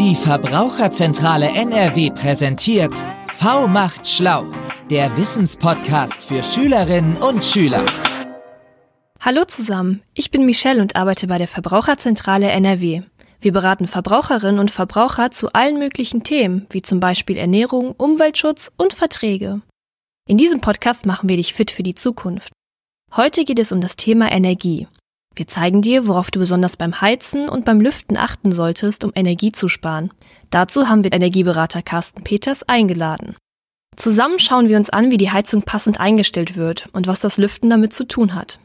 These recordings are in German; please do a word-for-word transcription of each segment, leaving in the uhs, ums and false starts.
Die Verbraucherzentrale N R W präsentiert V macht schlau, der Wissenspodcast für Schülerinnen und Schüler. Hallo zusammen, ich bin Michelle und arbeite bei der Verbraucherzentrale N R W. Wir beraten Verbraucherinnen und Verbraucher zu allen möglichen Themen, wie zum Beispiel Ernährung, Umweltschutz und Verträge. In diesem Podcast machen wir dich fit für die Zukunft. Heute geht es um das Thema Energie. Wir zeigen dir, worauf du besonders beim Heizen und beim Lüften achten solltest, um Energie zu sparen. Dazu haben wir Energieberater Carsten Peters eingeladen. Zusammen schauen wir uns an, wie die Heizung passend eingestellt wird und was das Lüften damit zu tun hat.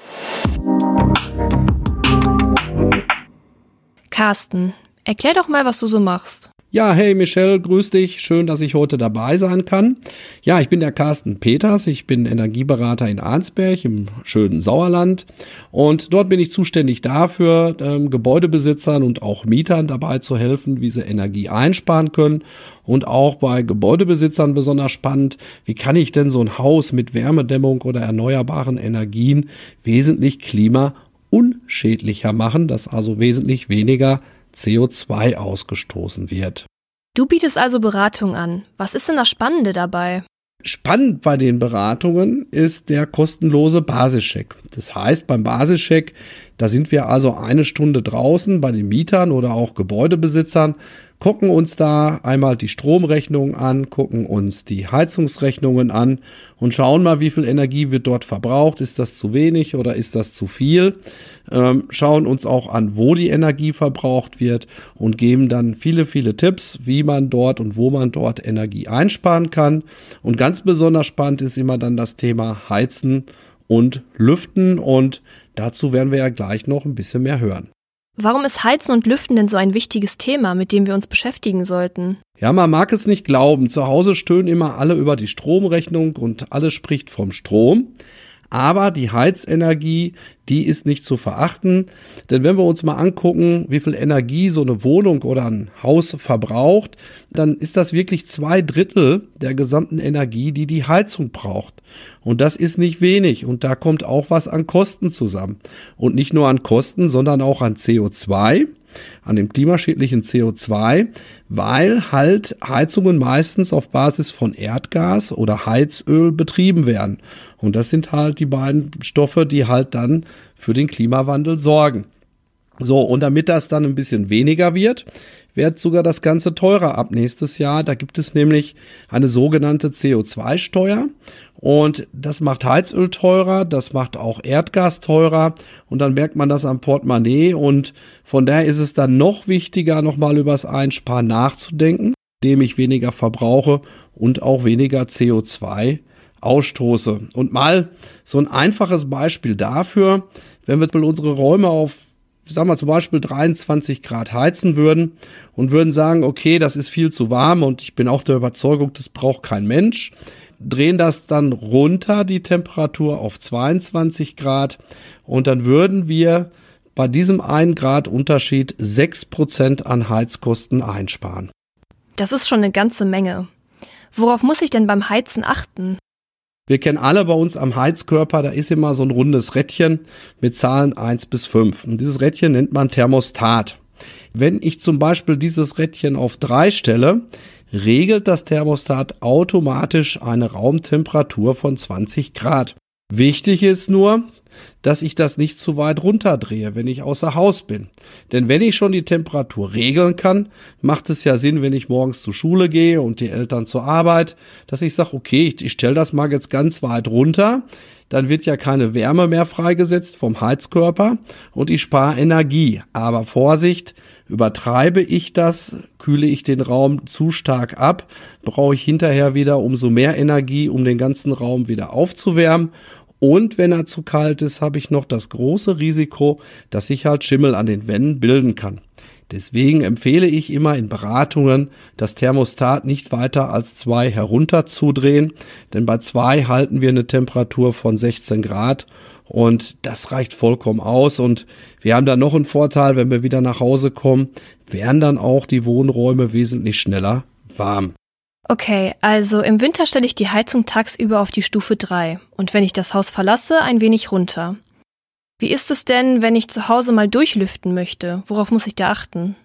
Carsten, erklär doch mal, was du so machst. Ja, hey Michelle, grüß dich. Schön, dass ich heute dabei sein kann. Ja, ich bin der Carsten Peters. Ich bin Energieberater in Arnsberg im schönen Sauerland. Und dort bin ich zuständig dafür, ähm, Gebäudebesitzern und auch Mietern dabei zu helfen, wie sie Energie einsparen können. Und auch bei Gebäudebesitzern besonders spannend, wie kann ich denn so ein Haus mit Wärmedämmung oder erneuerbaren Energien wesentlich klimaunschädlicher machen, dass also wesentlich weniger C O zwei ausgestoßen wird. Du bietest also Beratung an. Was ist denn das Spannende dabei? Spannend bei den Beratungen ist der kostenlose Basischeck. Das heißt, beim Basischeck, da sind wir also eine Stunde draußen bei den Mietern oder auch Gebäudebesitzern, gucken uns da einmal die Stromrechnung an, gucken uns die Heizungsrechnungen an und schauen mal, wie viel Energie wird dort verbraucht. Ist das zu wenig oder ist das zu viel? Ähm, schauen uns auch an, wo die Energie verbraucht wird und geben dann viele, viele Tipps, wie man dort und wo man dort Energie einsparen kann. Und ganz besonders spannend ist immer dann das Thema Heizen und Lüften und dazu werden wir ja gleich noch ein bisschen mehr hören. Warum ist Heizen und Lüften denn so ein wichtiges Thema, mit dem wir uns beschäftigen sollten? Ja, man mag es nicht glauben. Zu Hause stöhnen immer alle über die Stromrechnung und alles spricht vom Strom. Aber die Heizenergie, die ist nicht zu verachten. Denn wenn wir uns mal angucken, wie viel Energie so eine Wohnung oder ein Haus verbraucht, dann ist das wirklich zwei Drittel der gesamten Energie, die die Heizung braucht. Und das ist nicht wenig. Und da kommt auch was an Kosten zusammen. Und nicht nur an Kosten, sondern auch an C O zwei. An dem klimaschädlichen C O zwei, weil halt Heizungen meistens auf Basis von Erdgas oder Heizöl betrieben werden. Und das sind halt die beiden Stoffe, die halt dann für den Klimawandel sorgen. So, und damit das dann ein bisschen weniger wird, wird sogar das Ganze teurer ab nächstes Jahr. Da gibt es nämlich eine sogenannte C O zwei Steuer. Und das macht Heizöl teurer, das macht auch Erdgas teurer und dann merkt man das am Portemonnaie und von daher ist es dann noch wichtiger, nochmal über das Einsparen nachzudenken, indem ich weniger verbrauche und auch weniger C O zwei ausstoße. Und mal so ein einfaches Beispiel dafür, wenn wir unsere Räume auf, sagen wir zum Beispiel dreiundzwanzig Grad heizen würden und würden sagen, okay, das ist viel zu warm und ich bin auch der Überzeugung, das braucht kein Mensch, drehen das dann runter, die Temperatur auf zweiundzwanzig Grad und dann würden wir bei diesem ein Grad Unterschied sechs Prozent an Heizkosten einsparen. Das ist schon eine ganze Menge. Worauf muss ich denn beim Heizen achten? Wir kennen alle bei uns am Heizkörper, da ist immer so ein rundes Rädchen mit Zahlen eins bis fünf. Und dieses Rädchen nennt man Thermostat. Wenn ich zum Beispiel dieses Rädchen auf drei stelle, regelt das Thermostat automatisch eine Raumtemperatur von zwanzig Grad. Wichtig ist nur, dass ich das nicht zu weit runterdrehe, wenn ich außer Haus bin. Denn wenn ich schon die Temperatur regeln kann, macht es ja Sinn, wenn ich morgens zur Schule gehe und die Eltern zur Arbeit, dass ich sage, okay, ich, ich stelle das mal jetzt ganz weit runter. Dann wird ja keine Wärme mehr freigesetzt vom Heizkörper und ich spare Energie. Aber Vorsicht, übertreibe ich das, kühle ich den Raum zu stark ab, brauche ich hinterher wieder umso mehr Energie, um den ganzen Raum wieder aufzuwärmen. Und wenn er zu kalt ist, habe ich noch das große Risiko, dass sich halt Schimmel an den Wänden bilden kann. Deswegen empfehle ich immer in Beratungen, das Thermostat nicht weiter als zwei herunterzudrehen, denn bei zwei halten wir eine Temperatur von sechzehn Grad und das reicht vollkommen aus und wir haben dann noch einen Vorteil, wenn wir wieder nach Hause kommen, werden dann auch die Wohnräume wesentlich schneller warm. Okay, also im Winter stelle ich die Heizung tagsüber auf die Stufe drei und wenn ich das Haus verlasse, ein wenig runter. Wie ist es denn, wenn ich zu Hause mal durchlüften möchte? Worauf muss ich da achten?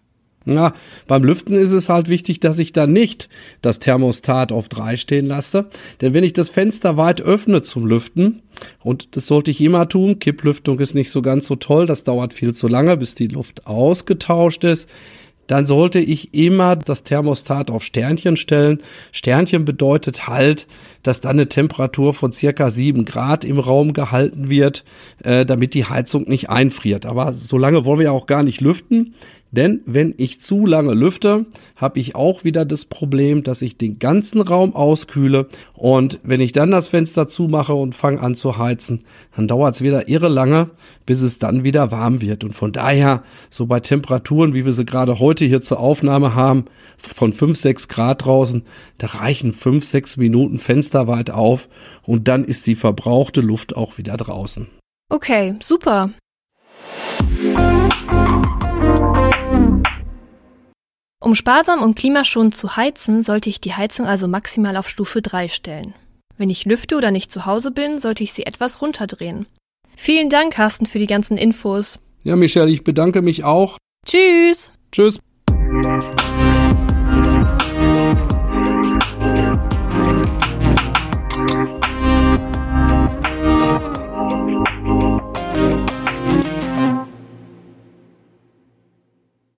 Ja, beim Lüften ist es halt wichtig, dass ich da nicht das Thermostat auf drei stehen lasse. Denn wenn ich das Fenster weit öffne zum Lüften, und das sollte ich immer tun, Kipplüftung ist nicht so ganz so toll, das dauert viel zu lange, bis die Luft ausgetauscht ist, dann sollte ich immer das Thermostat auf Sternchen stellen. Sternchen bedeutet halt, dass dann eine Temperatur von circa sieben Grad im Raum gehalten wird, äh, damit die Heizung nicht einfriert. Aber so lange wollen wir ja auch gar nicht lüften. Denn wenn ich zu lange lüfte, habe ich auch wieder das Problem, dass ich den ganzen Raum auskühle. Und wenn ich dann das Fenster zumache und fange an zu heizen, dann dauert es wieder irre lange, bis es dann wieder warm wird. Und von daher, so bei Temperaturen, wie wir sie gerade heute hier zur Aufnahme haben, von fünf, sechs Grad draußen, da reichen fünf, sechs Minuten Fenster weit auf und dann ist die verbrauchte Luft auch wieder draußen. Okay, super. Um sparsam und klimaschonend zu heizen, sollte ich die Heizung also maximal auf Stufe drei stellen. Wenn ich lüfte oder nicht zu Hause bin, sollte ich sie etwas runterdrehen. Vielen Dank, Carsten, für die ganzen Infos. Ja, Michelle, ich bedanke mich auch. Tschüss. Tschüss.